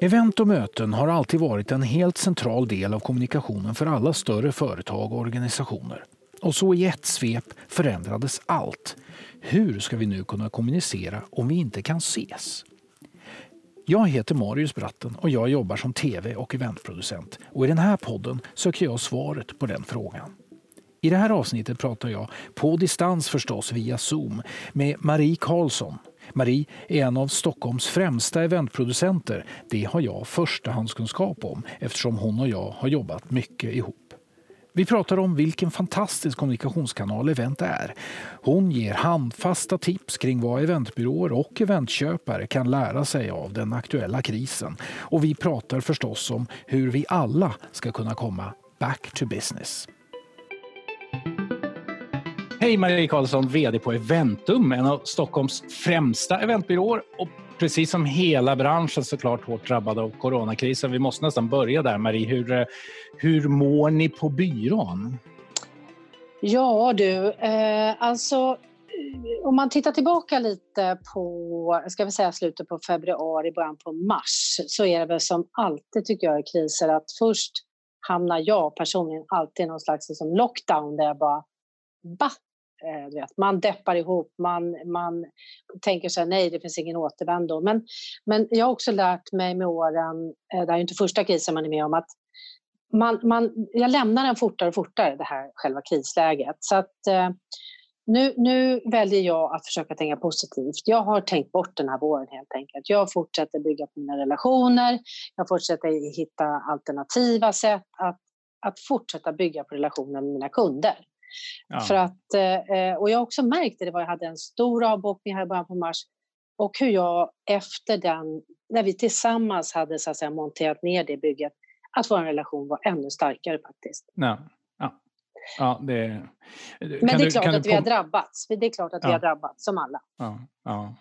Event och möten har alltid varit en helt central del av kommunikationen för alla större företag och organisationer. Och så i ett svep förändrades allt. Hur ska vi nu kunna kommunicera om vi inte kan ses? Jag heter Marius Bratten och jag jobbar som tv- och eventproducent. Och i den här podden söker jag svaret på den frågan. I det här avsnittet pratar jag, på distans förstås via Zoom, med Marie Karlsson. Marie är en av Stockholms främsta eventproducenter. Det har jag förstahandskunskap om eftersom hon och jag har jobbat mycket ihop. Vi pratar om vilken fantastisk kommunikationskanal event är. Hon ger handfasta tips kring vad eventbyråer och eventköpare kan lära sig av den aktuella krisen. Och vi pratar förstås om hur vi alla ska kunna komma back to business. Hej Marie Karlsson, vd på Eventum, en av Stockholms främsta eventbyråer och precis som hela branschen såklart hårt drabbad av coronakrisen. Vi måste nästan börja där, Marie. Hur mår ni på byrån? Ja du, alltså om man tittar tillbaka lite på, ska vi säga slutet på februari, början på mars, så är det väl som alltid tycker jag i kriser att först hamnar jag personligen alltid i någon slags liksom lockdown där jag bara man deppar ihop, man tänker så här, nej det finns ingen återvändo. Men jag har också lärt mig med åren, det är ju inte första krisen man är med om, att jag lämnar den fortare och fortare, det här själva krisläget. Så att nu väljer jag att försöka tänka positivt. Jag har tänkt bort den här våren helt enkelt. Jag fortsätter bygga på mina relationer, jag fortsätter hitta alternativa sätt att fortsätta bygga på relationer med mina kunder. Ja. För att, och jag har också märkt det var jag hade en stor avbokning här i början på mars och hur jag efter den, när vi tillsammans hade så att säga monterat ner det bygget, att vår relation var ännu starkare faktiskt. Ja, men det är klart att vi har drabbats. Det är klart att vi har drabbats som alla. Ja.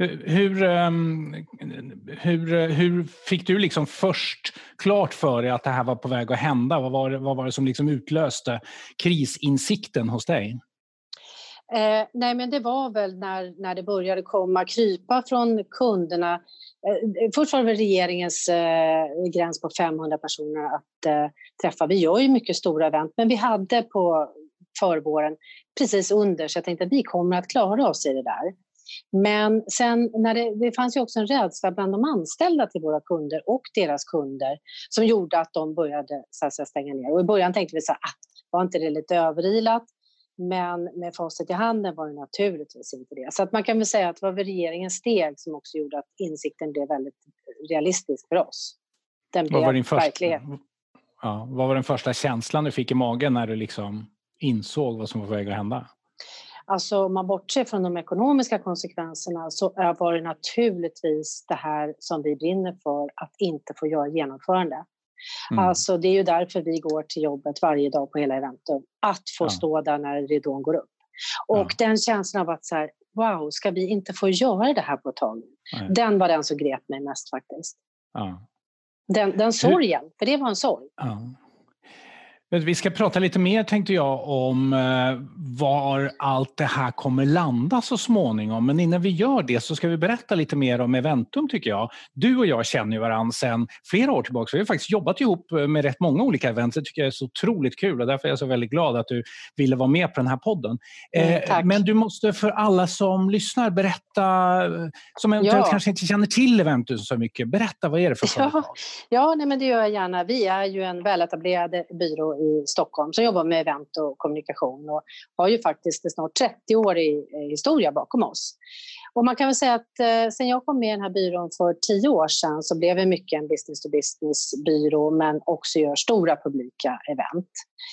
Hur fick du liksom först klart för dig att det här var på väg att hända? Vad var det som liksom utlöste krisinsikten hos dig? Nej, men det var väl när det började krypa från kunderna. Först var det väl regeringens gräns på 500 personer att träffa. Vi gör ju mycket stora event, men vi hade på förvåren precis under, så jag tänkte att vi kommer att klara oss i det där. Men sen när det fanns ju också en rädsla bland de anställda till våra kunder och deras kunder som gjorde att de började så att säga, stänga ner. Och i början tänkte vi så här, var inte det lite överilat? Men med facit i handen var det naturligtvis inte det. Så att man kan väl säga att det var väl regeringens steg som också gjorde att insikten blev väldigt realistisk för oss. Den blev verklighet. Vad var den första känslan du fick i magen när du liksom insåg vad som var på väg att hända? Alltså om man bortser från de ekonomiska konsekvenserna så var det naturligtvis det här som vi brinner för att inte få göra genomförande. Alltså det är ju därför vi går till jobbet varje dag på hela eventet. Att få stå där när ridån går upp. Och den känslan av att så här, wow, ska vi inte få göra det här på ett tag? Den var den som grep mig mest faktiskt. Den sorgen, för det var en sorg. Vi ska prata lite mer tänkte jag om var allt det här kommer landa så småningom. Men innan vi gör det så ska vi berätta lite mer om Eventum tycker jag. Du och jag känner ju varandra sedan flera år tillbaka. Vi har faktiskt jobbat ihop med rätt många olika event. Det tycker jag är så otroligt kul och därför är jag så väldigt glad att du ville vara med på den här podden. Men du måste för alla som lyssnar berätta, som eventuellt kanske inte känner till Eventum så mycket. Berätta, vad är det för företag? Nej, men det gör jag gärna. Vi är ju en väletablerad byrå i Stockholm som jobbar med event och kommunikation och har ju faktiskt snart 30 år i historia bakom oss. Och man kan väl säga att sen jag kom med i den här byrån för 10 år sedan så blev vi mycket en business-to-business-byrå men också gör stora publika event.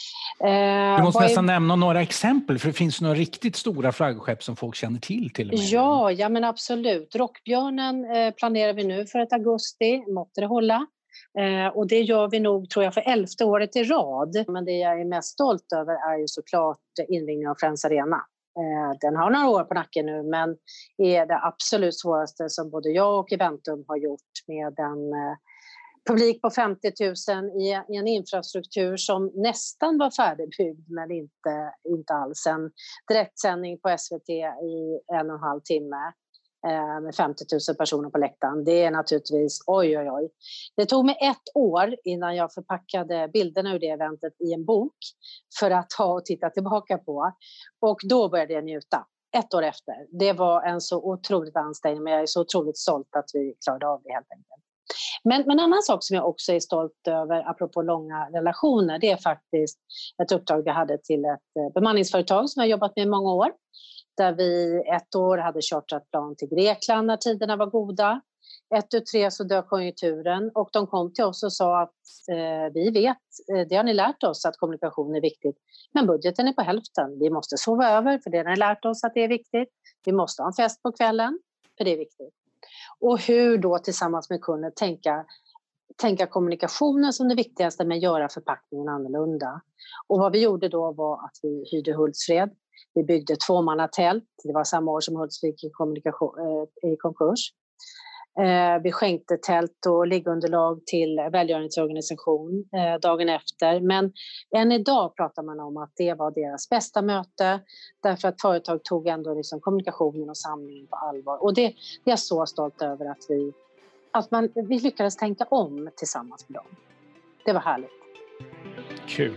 Du måste nästan nämna några exempel för det finns några riktigt stora flaggskepp som folk känner till och med. Ja men absolut. Rockbjörnen planerar vi nu för ett augusti, måste det hålla. Och det gör vi nog tror jag för 11:e året i rad. Men det jag är mest stolt över är ju såklart invigningen av Friends Arena. Den har några år på nacken nu men är det absolut svåraste som både jag och Eventum har gjort med en publik på 50 000 i en infrastruktur som nästan var färdigbyggd men inte alls. En direktsändning på SVT i 1,5 timme. med 50 000 personer på läktaren. Det är naturligtvis, oj. Det tog mig 1 år innan jag förpackade bilderna ur det eventet i en bok för att ha och titta tillbaka på. Och då började jag njuta. 1 år efter. Det var en så otroligt ansträngning, men jag är så otroligt stolt att vi klarade av det helt enkelt. Men en annan sak som jag också är stolt över, apropå långa relationer, det är faktiskt ett uppdrag vi hade till ett bemanningsföretag som jag jobbat med i många år. Där vi 1 år hade chartrat plan till Grekland när tiderna var goda. 1 och 3 så dök konjunkturen och de kom till oss och sa att vi vet, det har ni lärt oss att kommunikation är viktigt. Men budgeten är på hälften. Vi måste sova över för det har ni lärt oss att det är viktigt. Vi måste ha en fest på kvällen för det är viktigt. Och hur då tillsammans med kunden tänka kommunikationen som det viktigaste men göra förpackningen annorlunda. Och vad vi gjorde då var att vi hyrde Hultsfred. Vi byggde 2-mannatält. Det var samma år som Hultsfred i konkurs. Vi skänkte tält och liggunderlag till välgörenhetsorganisation dagen efter. Men än idag pratar man om att det var deras bästa möte. Därför att företag tog ändå liksom kommunikationen och samlingen på allvar. Och det är jag så stolt över att vi lyckades tänka om tillsammans med dem. Det var härligt. Kul.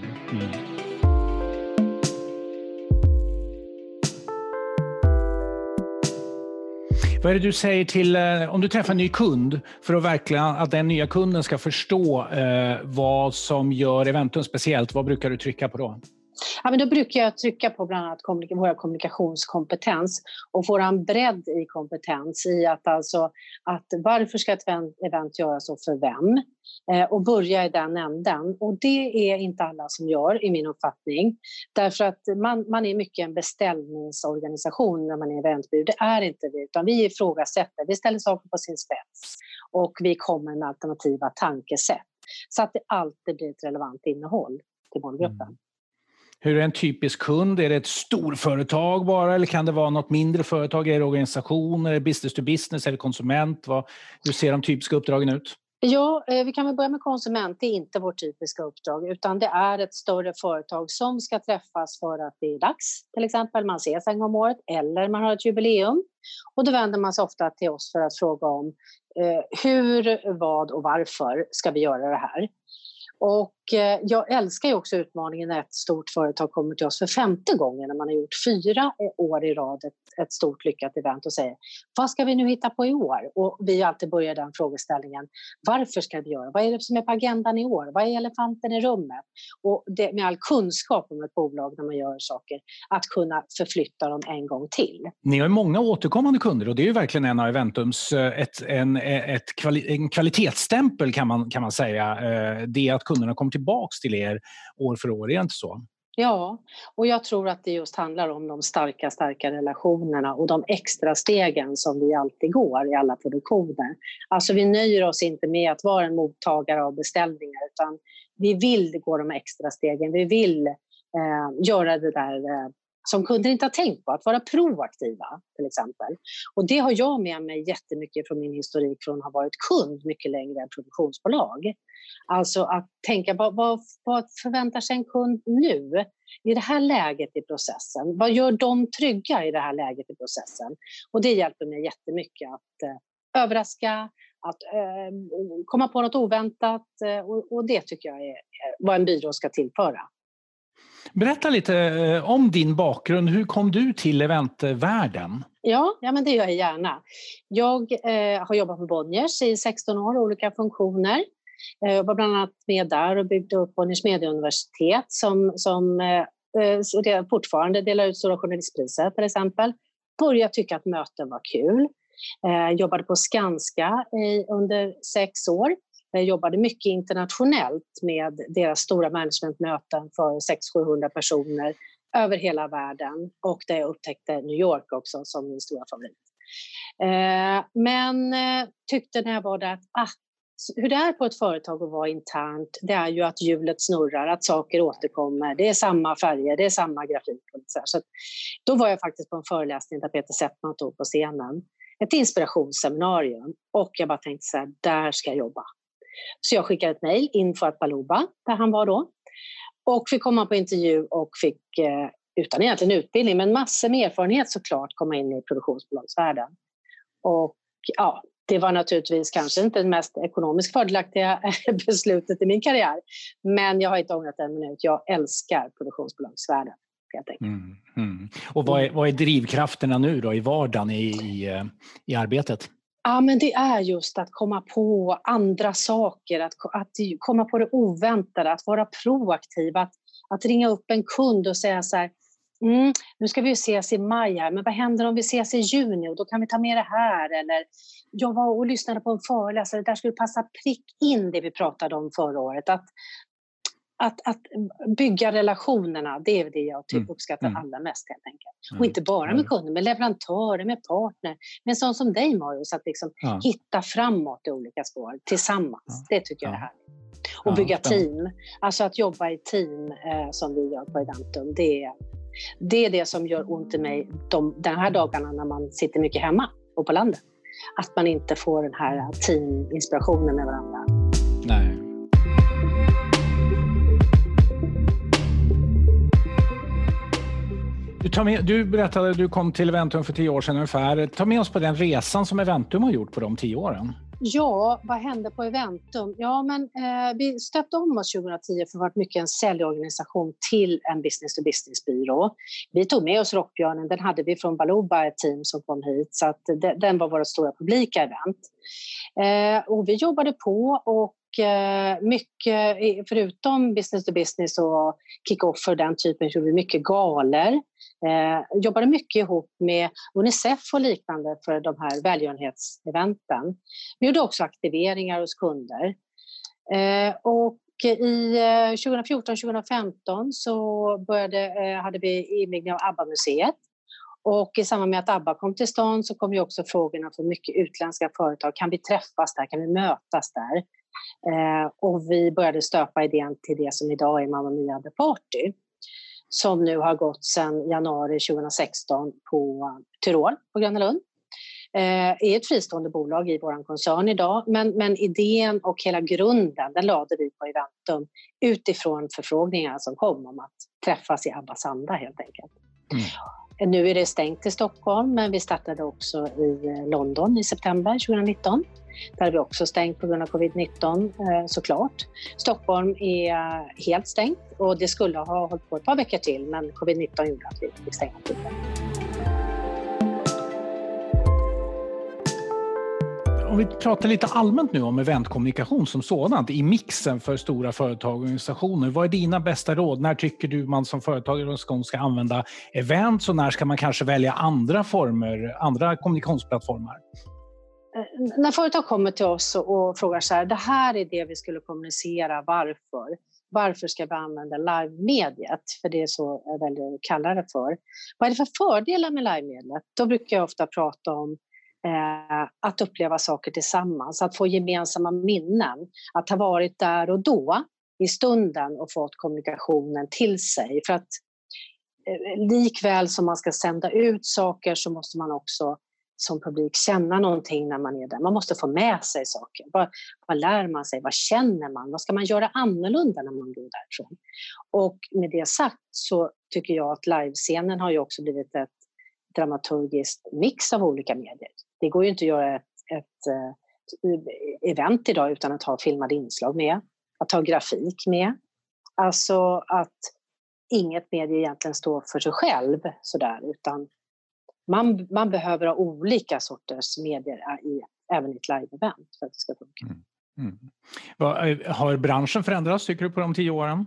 Vad är det du säger till, om du träffar en ny kund, för att verkligen att den nya kunden ska förstå vad som gör Eventum speciellt? Vad brukar du trycka på då? Ja, men då brukar jag trycka på bland annat vår kommunikationskompetens och vår bredd i kompetens i att varför ska ett event göras och för vem? Och börja i den änden. Och det är inte alla som gör i min uppfattning. Därför att man är mycket en beställningsorganisation när man är eventbyrå. Det är inte vi, utan vi ifrågasätter. Vi ställer saker på sin spets och vi kommer med alternativa tankesätt. Så att det alltid blir ett relevant innehåll till målgruppen. Hur är en typisk kund? Är det ett storföretag bara eller kan det vara något mindre företag? Är det organisation? Är det business to business? Är det konsument? Hur ser de typiska uppdragen ut? Ja, vi kan väl börja med konsument. Det är inte vårt typiska uppdrag utan det är ett större företag som ska träffas för att det är dags. Till exempel man ses en gång om året eller man har ett jubileum. Och då vänder man sig ofta till oss för att fråga om hur, vad och varför ska vi göra det här. Och jag älskar ju också utmaningen när ett stort företag kommer till oss för 5:e gången när man har gjort 4 år i rad ett stort lyckat event och säger vad ska vi nu hitta på i år? Och vi alltid börjar den frågeställningen. Varför ska vi göra? Vad är det som är på agendan i år? Vad är elefanten i rummet? Och det, med all kunskap om ett bolag när man gör saker, att kunna förflytta dem en gång till. Ni har ju många återkommande kunder och det är ju verkligen en av Eventums en kvalitetsstämpel kan man säga. Det att kunderna kommer tillbaks till er år för år, är det inte så? Ja, och jag tror att det just handlar om de starka relationerna och de extra stegen som vi alltid går i alla produktioner. Alltså vi nöjer oss inte med att vara en mottagare av beställningar utan vi vill gå de extra stegen. Vi vill göra det där som kunder inte har tänkt på, att vara proaktiva till exempel. Och det har jag med mig jättemycket från min historik från att ha varit kund mycket längre än produktionsbolag. Alltså att tänka, vad förväntar sig en kund nu i det här läget i processen? Vad gör de trygga i det här läget i processen? Och det hjälper mig jättemycket att överraska, att komma på något oväntat och det tycker jag är vad en byrå ska tillföra. Berätta lite om din bakgrund. Hur kom du till eventvärlden? Ja, men det gör jag gärna. Jag har jobbat på Bonniers i 16 år, olika funktioner. Jag var bland annat med där och byggde upp Bonniers medieuniversitet som fortfarande delar ut Stora journalistpriser till exempel. Började tycka att möten var kul. Jobbade på Skanska under 6 år. Jag jobbade mycket internationellt med deras stora managementmöten för 600-700 personer över hela världen. Och där jag upptäckte New York också som min stora favorit. Men tyckte när jag var där att hur det är på ett företag att vara internt, det är ju att hjulet snurrar, att saker återkommer. Det är samma färger, det är samma grafik. Så då var jag faktiskt på en föreläsning där Peter Settman tog på scenen. Ett inspirationsseminarium. Och jag bara tänkte så här, där ska jag jobba. Så jag skickade ett mejl info@Baluba, där han var då. Och fick komma på intervju och fick, utan egentligen utbildning, men massor med erfarenhet såklart, komma in i produktionsbolagsvärlden. Och ja, det var naturligtvis kanske inte det mest ekonomiskt fördelaktiga beslutet i min karriär. Men jag har inte ångrat en minut. Jag älskar produktionsbolagsvärlden. Och vad är drivkrafterna nu då i vardagen i arbetet? Ja, men det är just att komma på andra saker, att komma på det oväntade, att vara proaktiv, att ringa upp en kund och säga så här, nu ska vi ju ses i maj här, men vad händer om vi ses i juni och då kan vi ta med det här. Eller jag var och lyssnade på en föreläsare, där skulle passa prick in det vi pratade om förra året. Att bygga relationerna, det är det jag uppskattar allra mest helt enkelt. Och inte bara med kunder, med leverantörer, med partner. Men sånt som dig, Marius, att liksom hitta framåt i olika spår tillsammans. Det tycker jag är härligt. Och bygga team. Alltså att jobba i team som vi gör på Eventum. Det är det som gör ont i mig de här dagarna när man sitter mycket hemma och på landet. Att man inte får den här teaminspirationen med varandra. Nej. Du berättade att du kom till Eventum för 10 år sedan ungefär. Ta med oss på den resan som Eventum har gjort på de 10 åren. Ja, vad hände på Eventum? Ja, men vi stöpte om oss 2010 för att vara mycket en säljorganisation till en business-to-business-byrå. Vi tog med oss Rockbjörnen, den hade vi från Baluba, ett team som kom hit. Så att den var vårt stora publika event. Och vi jobbade på och mycket, förutom business-to-business och kick-off-er den typen, gjorde vi mycket galer. Jobbade mycket ihop med UNICEF och liknande för de här välgörenhetseventen. Vi gjorde också aktiveringar hos kunder. Och i 2014-2015 så hade vi invigning av ABBA-museet. Och i samband med att ABBA kom till stan så kom ju också frågorna från mycket utländska företag. Kan vi träffas där? Kan vi mötas där? Och vi började stöpa idén till det som idag är Mamma Mia The Party. Som nu har gått sedan januari 2016 på Tyrol på Gröna Lund. Är ett fristående bolag i vår koncern idag. Men idén och hela grunden, den lade vi på Eventum utifrån förfrågningar som kom om att träffas i Abbas anda helt enkelt. Nu är det stängt i Stockholm, men vi startade också i London i september 2019. Där är vi också stängt på grund av covid-19 såklart. Stockholm är helt stängt och det skulle ha hållit på ett par veckor till, men covid-19 gjorde att vi fick stänga tiden. Om vi pratar lite allmänt nu om eventkommunikation som sådant i mixen för stora företag och organisationer. Vad är dina bästa råd? När tycker du man som företag ska använda events och när ska man kanske välja andra kommunikationsplattformar? När företag kommer till oss och frågar så här, det här är det vi skulle kommunicera, varför? Varför ska vi använda live-mediet? För det är så jag väljer att kalla det för. Vad är det för fördelar med live-mediet? Då brukar jag ofta prata om att uppleva saker tillsammans, att få gemensamma minnen, att ha varit där och då i stunden och fått kommunikationen till sig. För att likväl som man ska sända ut saker så måste man också som publik känna någonting när man är där. Man måste få med sig saker. Vad lär man sig? Vad känner man? Vad ska man göra annorlunda när man går därifrån? Och med det sagt så tycker jag att livescenen har ju också blivit ett dramaturgiskt mix av olika medier. Det går ju inte att göra ett event idag utan att ha filmade inslag med, att ha grafik med. Alltså att inget medie egentligen står för sig själv sådär, utan man behöver ha olika sorters medier även i ett live-event för att det ska funka. Har branschen förändrats tycker du på de 10 åren?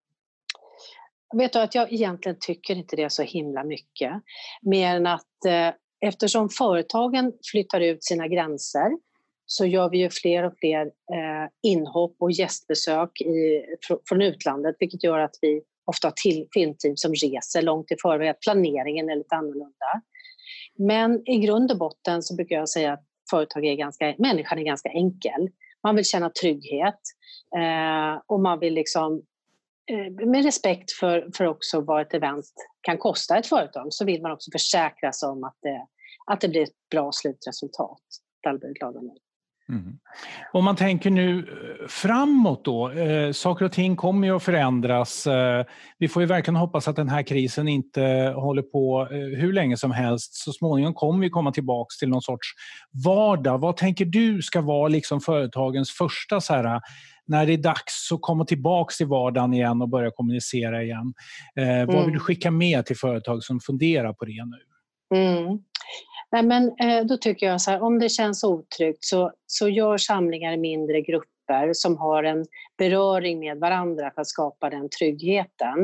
Vet du att jag egentligen tycker inte det så himla mycket. Mer än att eftersom företagen flyttar ut sina gränser så gör vi ju fler och fler inhopp och gästbesök från utlandet, vilket gör att vi ofta har filmteam som reser långt i förväg, att planeringen är lite annorlunda. Men i grund och botten så brukar jag säga att människan är ganska enkel. Man vill känna trygghet och man vill liksom med respekt för också vad ett event kan kosta ett företag, så vill man också försäkra sig om att det blir ett bra slutresultat. Det blir glada med. Mm. Om man tänker nu framåt då, saker och ting kommer ju att förändras. Vi får ju verkligen hoppas att den här krisen inte håller på hur länge som helst. Så småningom kommer vi komma tillbaka till någon sorts vardag. Vad tänker du ska vara liksom företagens första så här, när det är dags att komma tillbaka till vardagen igen och börja kommunicera igen? Vad vill du skicka med till företag som funderar på det nu? Mm. Nej, men då tycker jag så här, om det känns otryggt så gör samlingar i mindre grupper som har en beröring med varandra för att skapa den tryggheten.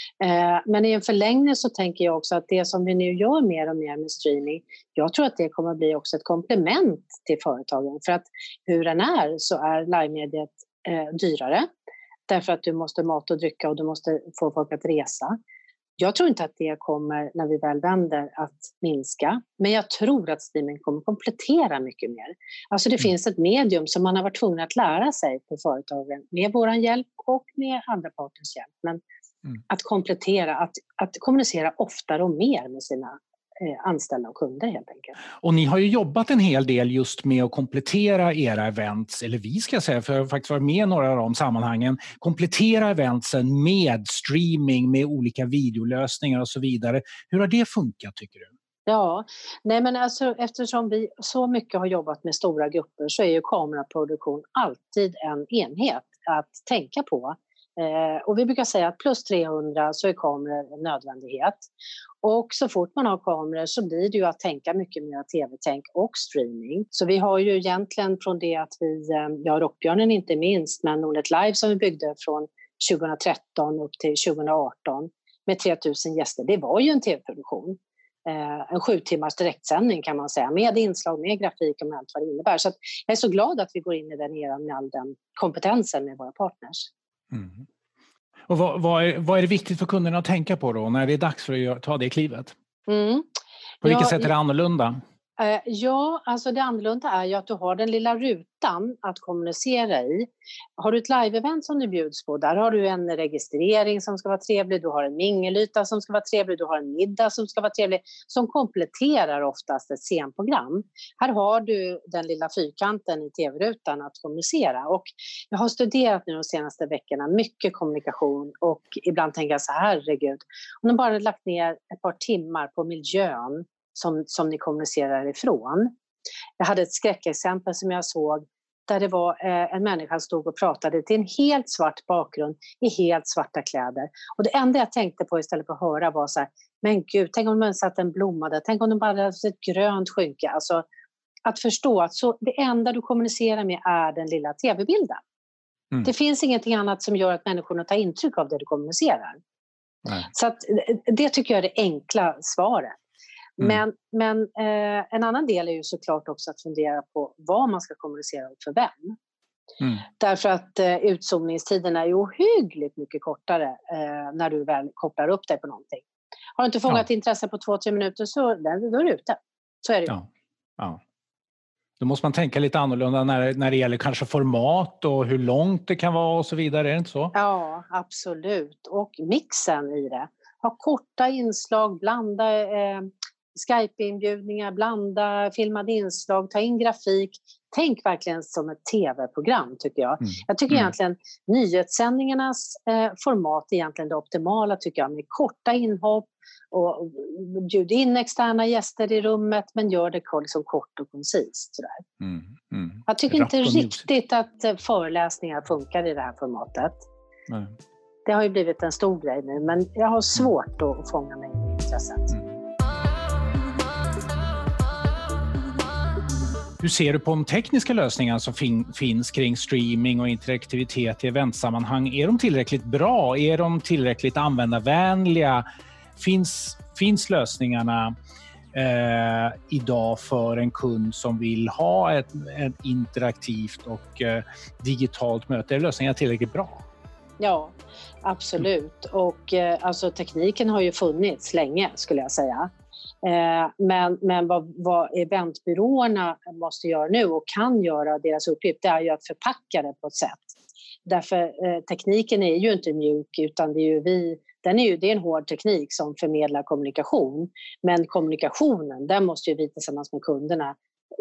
Men i en förlängning så tänker jag också att det som vi nu gör mer och mer med streaming, jag tror att det kommer att bli också ett komplement till företagen. För att hur den är så är live-mediet dyrare. Därför att du måste mat och drycka och du måste få folk att resa. Jag tror inte att det kommer, när vi väl vänder, att minska. Men jag tror att streaming kommer komplettera mycket mer. Alltså det finns ett medium som man har varit tvungen att lära sig på företagen med vår hjälp och med andra partners hjälp. Men att komplettera, att kommunicera oftare och mer med sina anställda och kunder helt enkelt. Och ni har ju jobbat en hel del just med att komplettera era events, eller vi ska säga, för jag har faktiskt varit med i några av de sammanhangen, komplettera eventsen med streaming, med olika videolösningar och så vidare. Hur har det funkat tycker du? Ja, nej men alltså, eftersom vi så mycket har jobbat med stora grupper så är ju kameraproduktion alltid en enhet att tänka på. Och vi brukar säga att plus 300 så är kameror en nödvändighet. Och så fort man har kameror så blir det ju att tänka mycket mer tv-tänk och streaming. Så vi har ju egentligen från det att vi, Rockbjörnen inte minst, men Nordnet Live som vi byggde från 2013 upp till 2018 med 3000 gäster, det var ju en tv-produktion. En 7 timmars direktsändning kan man säga, med inslag, med grafik och med allt vad det innebär. Så att jag är så glad att vi går in i den eran med all den kompetensen med våra partners. Mm. Och vad är det viktigt för kunderna att tänka på då när det är dags för att ta det klivet? På vilket sätt är det annorlunda? Ja, alltså det annorlunda är ju att du har den lilla rutan att kommunicera i. Har du ett live-event som du bjuds på, där har du en registrering som ska vara trevlig, du har en mingelyta som ska vara trevlig, du har en middag som ska vara trevlig, som kompletterar oftast ett scenprogram. Här har du den lilla fyrkanten i tv-rutan att kommunicera. Och jag har studerat nu de senaste veckorna mycket kommunikation och ibland tänker jag så här, herregud, om de bara lagt ner ett par timmar på miljön som ni kommunicerar ifrån. Jag hade ett skräckexempel som jag såg där det var en människa som stod och pratade till en helt svart bakgrund i helt svarta kläder. Och det enda jag tänkte på istället för att höra var så här, men gud, tänk om de satt en blomma där, tänk om de bara hade ett grönt skynke. Alltså att förstå att det enda du kommunicerar med är den lilla tv-bilden. Det finns ingenting annat som gör att människorna tar intryck av det du kommunicerar. Nej. Så att, det tycker jag är det enkla svaret. Men en annan del är ju såklart också att fundera på vad man ska kommunicera och för vem. Därför att utzoomningstiderna är ju ohyggligt mycket kortare när du väl kopplar upp dig på någonting. Har du inte fångat intresse på 2-3 minuter så då är du ute. Så är det ju. Ja. Då måste man tänka lite annorlunda när det gäller kanske format och hur långt det kan vara och så vidare, är det inte så? Ja, absolut. Och mixen i det. Ha korta inslag, blanda Skype-inbjudningar, blanda filmade inslag, ta in grafik. Tänk verkligen som ett tv-program tycker jag. Jag tycker egentligen nyhetssändningarnas format är egentligen det optimala tycker jag. Med korta inhopp och bjud in externa gäster i rummet men gör det liksom kort och koncist. Jag tycker inte riktigt att föreläsningar funkar i det här formatet. Nej. Det har ju blivit en stor grej nu men jag har svårt att fånga mig i intresset. Hur ser du på de tekniska lösningar som finns kring streaming och interaktivitet i eventsammanhang? Är de tillräckligt bra? Är de tillräckligt användarvänliga? Finns lösningarna idag för en kund som vill ha ett interaktivt och digitalt möte? Är lösningarna tillräckligt bra? Ja, absolut. Och alltså, tekniken har ju funnits länge skulle jag säga. Men vad eventbyråerna måste göra nu och kan göra, deras uppgift, det är ju att förpacka det på ett sätt. Därför tekniken är ju inte mjuk utan det är en hård teknik som förmedlar kommunikation. Men kommunikationen, där måste ju vi tillsammans med kunderna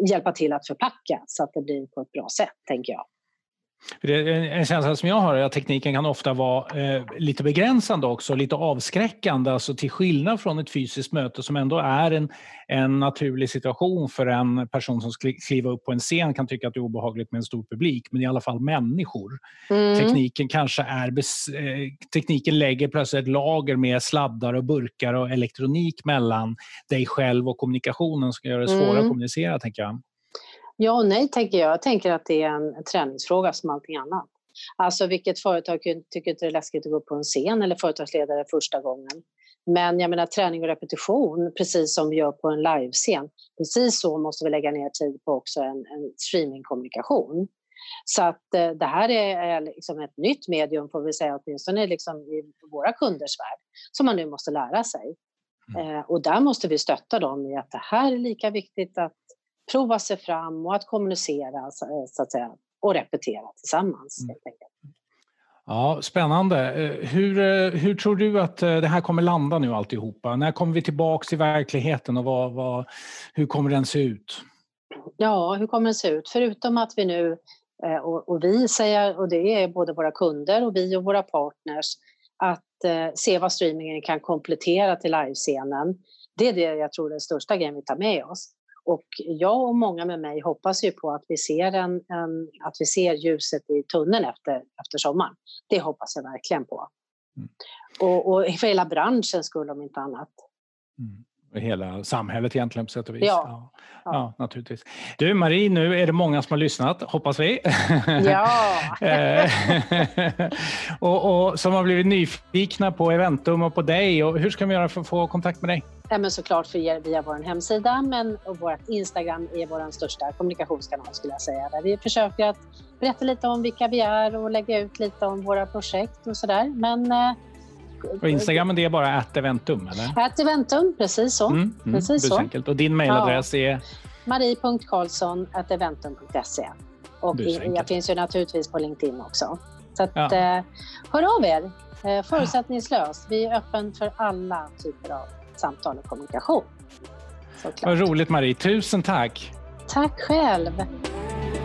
hjälpa till att förpacka så att det blir på ett bra sätt, tänker jag. En känsla som jag har är att tekniken kan ofta vara lite begränsande också, lite avskräckande, alltså till skillnad från ett fysiskt möte som ändå är en naturlig situation för en person som ska kliva upp på en scen kan tycka att det är obehagligt med en stor publik, men i alla fall människor. Tekniken kanske tekniken lägger plötsligt ett lager med sladdar och burkar och elektronik mellan dig själv och kommunikationen som gör det svårare att kommunicera, tänker jag. Ja och nej, tänker jag. Jag tänker att det är en träningsfråga som allting annat. Alltså vilket företag tycker inte det är läskigt att gå upp på en scen eller företagsledare första gången. Men jag menar träning och repetition, precis som vi gör på en livescen. Precis så måste vi lägga ner tid på också en streamingkommunikation. Så att det här är liksom ett nytt medium, får vi säga, åtminstone liksom i våra kunders värld, som man nu måste lära sig. Och där måste vi stötta dem i att det här är lika viktigt att prova sig fram och att kommunicera så att säga, och repetera tillsammans. Helt enkelt. Ja, spännande. Hur tror du att det här kommer landa nu alltihopa? När kommer vi tillbaka till verkligheten och hur kommer den se ut? Ja, hur kommer den se ut? Förutom att vi nu, och vi säger, och det är både våra kunder och vi och våra partners, att se vad streamingen kan komplettera till livescenen. Det är det jag tror är den största grejen vi tar med oss. Och jag och många med mig hoppas ju på att vi ser ljuset i tunneln efter sommaren. Det hoppas jag verkligen på. Och för hela branschen skulle, om inte annat. Hela samhället egentligen på sätt och vis. Ja, naturligtvis. Du Marie, nu är det många som har lyssnat, hoppas vi. Ja! och som har blivit nyfikna på Eventum och på dig. Och hur ska vi göra för att få kontakt med dig? Ja, men såklart via vår hemsida, och vårt Instagram är vår största kommunikationskanal, skulle jag säga. Där vi försöker att berätta lite om vilka vi är och lägga ut lite om våra projekt och sådär. Men och Instagram, det är bara @eventum, eller? @eventum, precis så. Precis så. Enkelt. Och din mejladress är? marie.karlsson@eventum.se. Och jag finns ju naturligtvis på LinkedIn också. Så att, hör av er. Förutsättningslöst. Vi är öppen för alla typer av samtal och kommunikation. Såklart. Vad roligt Marie. Tusen tack. Tack själv.